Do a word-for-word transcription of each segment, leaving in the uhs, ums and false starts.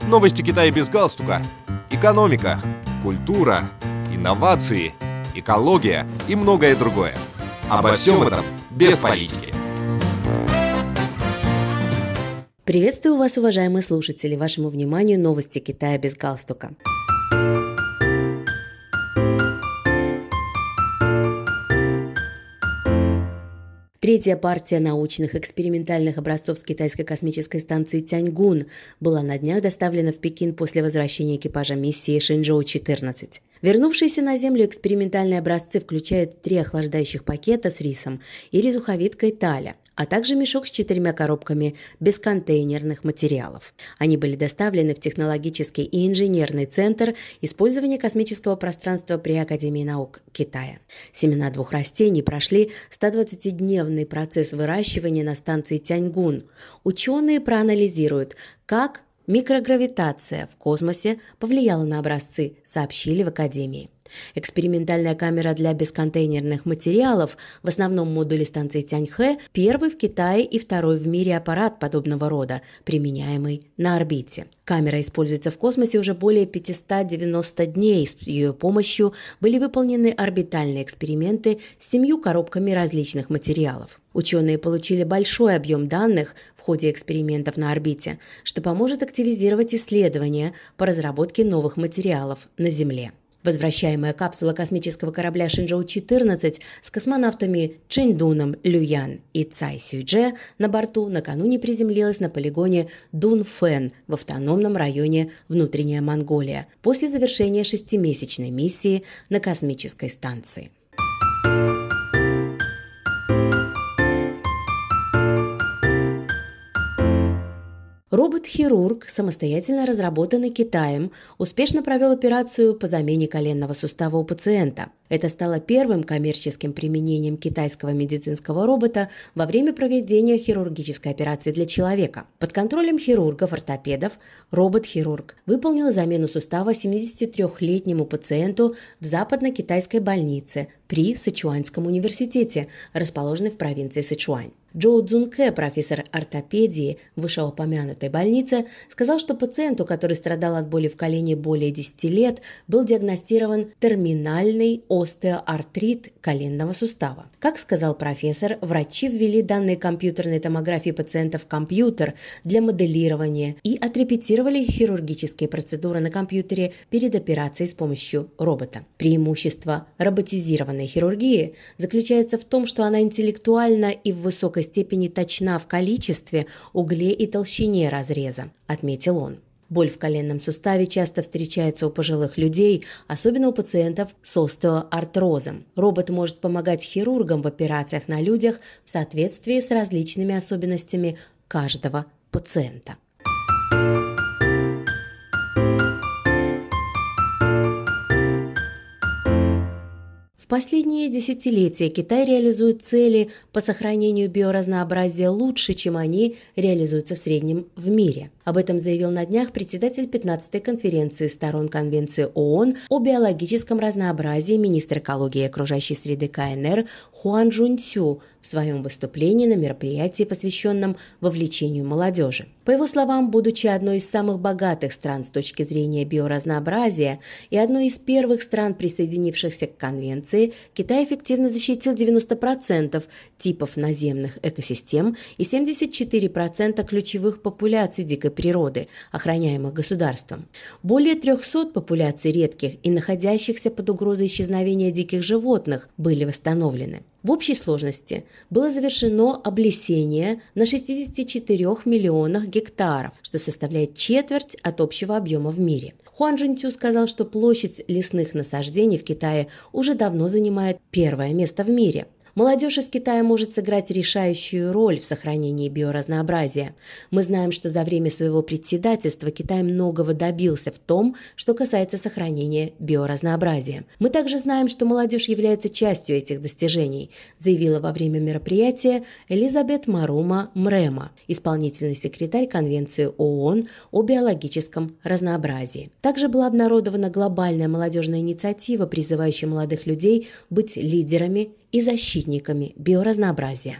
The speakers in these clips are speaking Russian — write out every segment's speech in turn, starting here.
Новости Китая без галстука. Экономика, культура, инновации, экология и многое другое. Обо всем этом без политики. Приветствую вас, уважаемые слушатели. Вашему вниманию новости Китая без галстука. Третья партия научных экспериментальных образцов с китайской космической станции Тяньгун была на днях доставлена в Пекин после возвращения экипажа миссии Шэньчжоу четырнадцать. Вернувшиеся на Землю экспериментальные образцы включают три охлаждающих пакета с рисом и резуховидкой таля, а также мешок с четырьмя коробками бесконтейнерных материалов. Они были доставлены в технологический и инженерный центр использования космического пространства при Академии наук Китая. Семена двух растений прошли сто двадцатидневный процесс выращивания на станции Тяньгун. Ученые проанализируют, как микрогравитация в космосе повлияла на образцы, сообщили в Академии. Экспериментальная камера для бесконтейнерных материалов, в основном модуле станции Тяньхэ, первый в Китае и второй в мире аппарат подобного рода, применяемый на орбите. Камера используется в космосе уже более пятьсот девяносто дней. С ее помощью были выполнены орбитальные эксперименты с семью коробками различных материалов. Ученые получили большой объем данных в ходе экспериментов на орбите, что поможет активизировать исследования по разработке новых материалов на Земле. Возвращаемая капсула космического корабля Шэньчжоу четырнадцать с космонавтами Чэньдуном Люян и Цай Сюйчже на борту накануне приземлилась на полигоне Дунфэн в автономном районе Внутренняя Монголия после завершения шестимесячной миссии на космической станции. Робот-хирург, самостоятельно разработанный Китаем, успешно провел операцию по замене коленного сустава у пациента. Это стало первым коммерческим применением китайского медицинского робота во время проведения хирургической операции для человека. Под контролем хирургов-ортопедов робот-хирург выполнил замену сустава семидесятитрёхлетнему пациенту в западно-китайской больнице при Сычуаньском университете, расположенной в провинции Сычуань. Джоу Цзунке, профессор ортопедии в вышеупомянутой больнице, сказал, что пациенту, который страдал от боли в колене более десяти лет, был диагностирован терминальный остеоартрит коленного сустава. Как сказал профессор, врачи ввели данные компьютерной томографии пациента в компьютер для моделирования и отрепетировали хирургические процедуры на компьютере перед операцией с помощью робота. Преимущество роботизированной хирургии заключается в том, что она интеллектуальна и в высокой степени точна в количестве, угле и толщине разреза, отметил он. Боль в коленном суставе часто встречается у пожилых людей, особенно у пациентов с остеоартрозом. Робот может помогать хирургам в операциях на людях в соответствии с различными особенностями каждого пациента. В последние десятилетия Китай реализует цели по сохранению биоразнообразия лучше, чем они реализуются в среднем в мире. Об этом заявил на днях председатель пятнадцатой конференции сторон Конвенции ООН о биологическом разнообразии министр экологии и окружающей среды КНР Хуан Чжунцю в своем выступлении на мероприятии, посвященном вовлечению молодежи. По его словам, будучи одной из самых богатых стран с точки зрения биоразнообразия и одной из первых стран, присоединившихся к конвенции, Китай эффективно защитил девяносто процентов типов наземных экосистем и семьдесят четыре процента ключевых популяций дикой природы, охраняемых государством. Более трехсот популяций редких и находящихся под угрозой исчезновения диких животных были восстановлены. В общей сложности было завершено облесение на шестидесяти четырёх миллионах гектаров, что составляет четверть от общего объема в мире. Хуан Чжунцю сказал, что площадь лесных насаждений в Китае уже давно занимает первое место в мире. Молодежь из Китая может сыграть решающую роль в сохранении биоразнообразия. Мы знаем, что за время своего председательства Китай многого добился в том, что касается сохранения биоразнообразия. Мы также знаем, что молодежь является частью этих достижений, заявила во время мероприятия Элизабет Марума Мрема, исполнительный секретарь Конвенции ООН о биологическом разнообразии. Также была обнародована глобальная молодежная инициатива, призывающая молодых людей быть лидерами и защитниками биоразнообразия.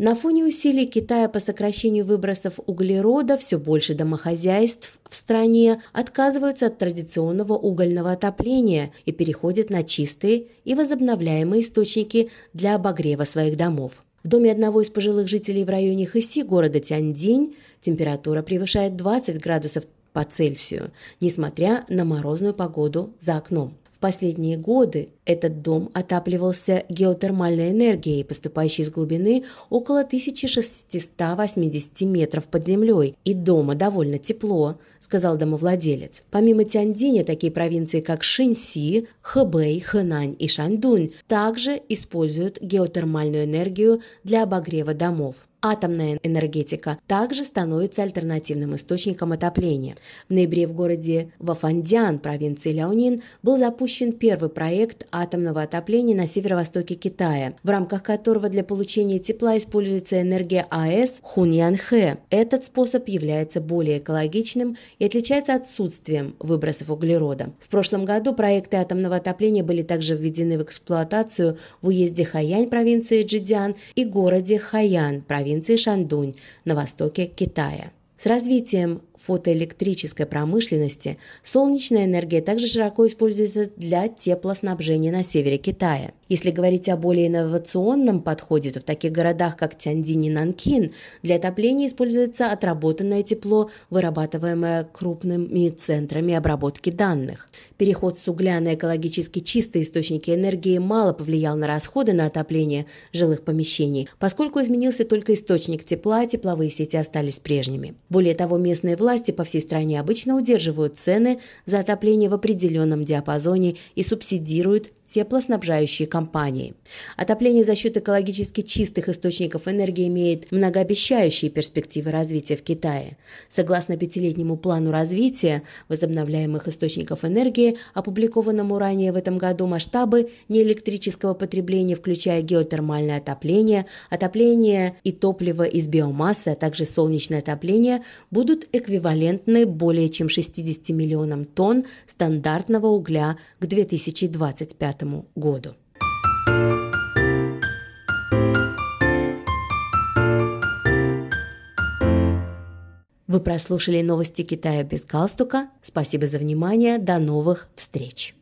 На фоне усилий Китая по сокращению выбросов углерода все больше домохозяйств в стране отказываются от традиционного угольного отопления и переходят на чистые и возобновляемые источники для обогрева своих домов. В доме одного из пожилых жителей в районе Хэси города Тяньдинь температура превышает двадцать градусов по Цельсию, несмотря на морозную погоду за окном. В последние годы этот дом отапливался геотермальной энергией, поступающей с глубины около тысяча шестьсот восемьдесят метров под землей, и дома довольно тепло, сказал домовладелец. Помимо Тяньдиня, такие провинции, как Шэньси, Хэбэй, Хэнань и Шаньдунь также используют геотермальную энергию для обогрева домов. Атомная энергетика также становится альтернативным источником отопления. В ноябре в городе Вафандян, провинции Ляонин, был запущен первый проект атомного отопления на северо-востоке Китая, в рамках которого для получения тепла используется энергия АЭС Хуньянхэ. Этот способ является более экологичным и отличается отсутствием выбросов углерода. В прошлом году проекты атомного отопления были также введены в эксплуатацию в уезде Хайань провинции Чжэцзян и городе Хайян провинции Шаньдунь на востоке Китая. С развитием фотоэлектрической промышленности солнечная энергия также широко используется для теплоснабжения на севере Китая. Если говорить о более инновационном подходе, то в таких городах, как Тяньдинь и Нанкин, для отопления используется отработанное тепло, вырабатываемое крупными центрами обработки данных. Переход с угля на экологически чистые источники энергии мало повлиял на расходы на отопление жилых помещений, поскольку изменился только источник тепла, а тепловые сети остались прежними. Более того, местные власти Власти по всей стране обычно удерживают цены за отопление в определенном диапазоне и субсидируют теплоснабжающие компании. Отопление за счет экологически чистых источников энергии имеет многообещающие перспективы развития в Китае. Согласно пятилетнему плану развития возобновляемых источников энергии, опубликованному ранее в этом году, масштабы неэлектрического потребления, включая геотермальное отопление, отопление и топливо из биомассы, а также солнечное отопление, будут эквивалентны более чем шестидесяти миллионам тонн стандартного угля к две тысячи двадцать пятому году. Вы прослушали новости Китая без галстука. Спасибо за внимание. До новых встреч!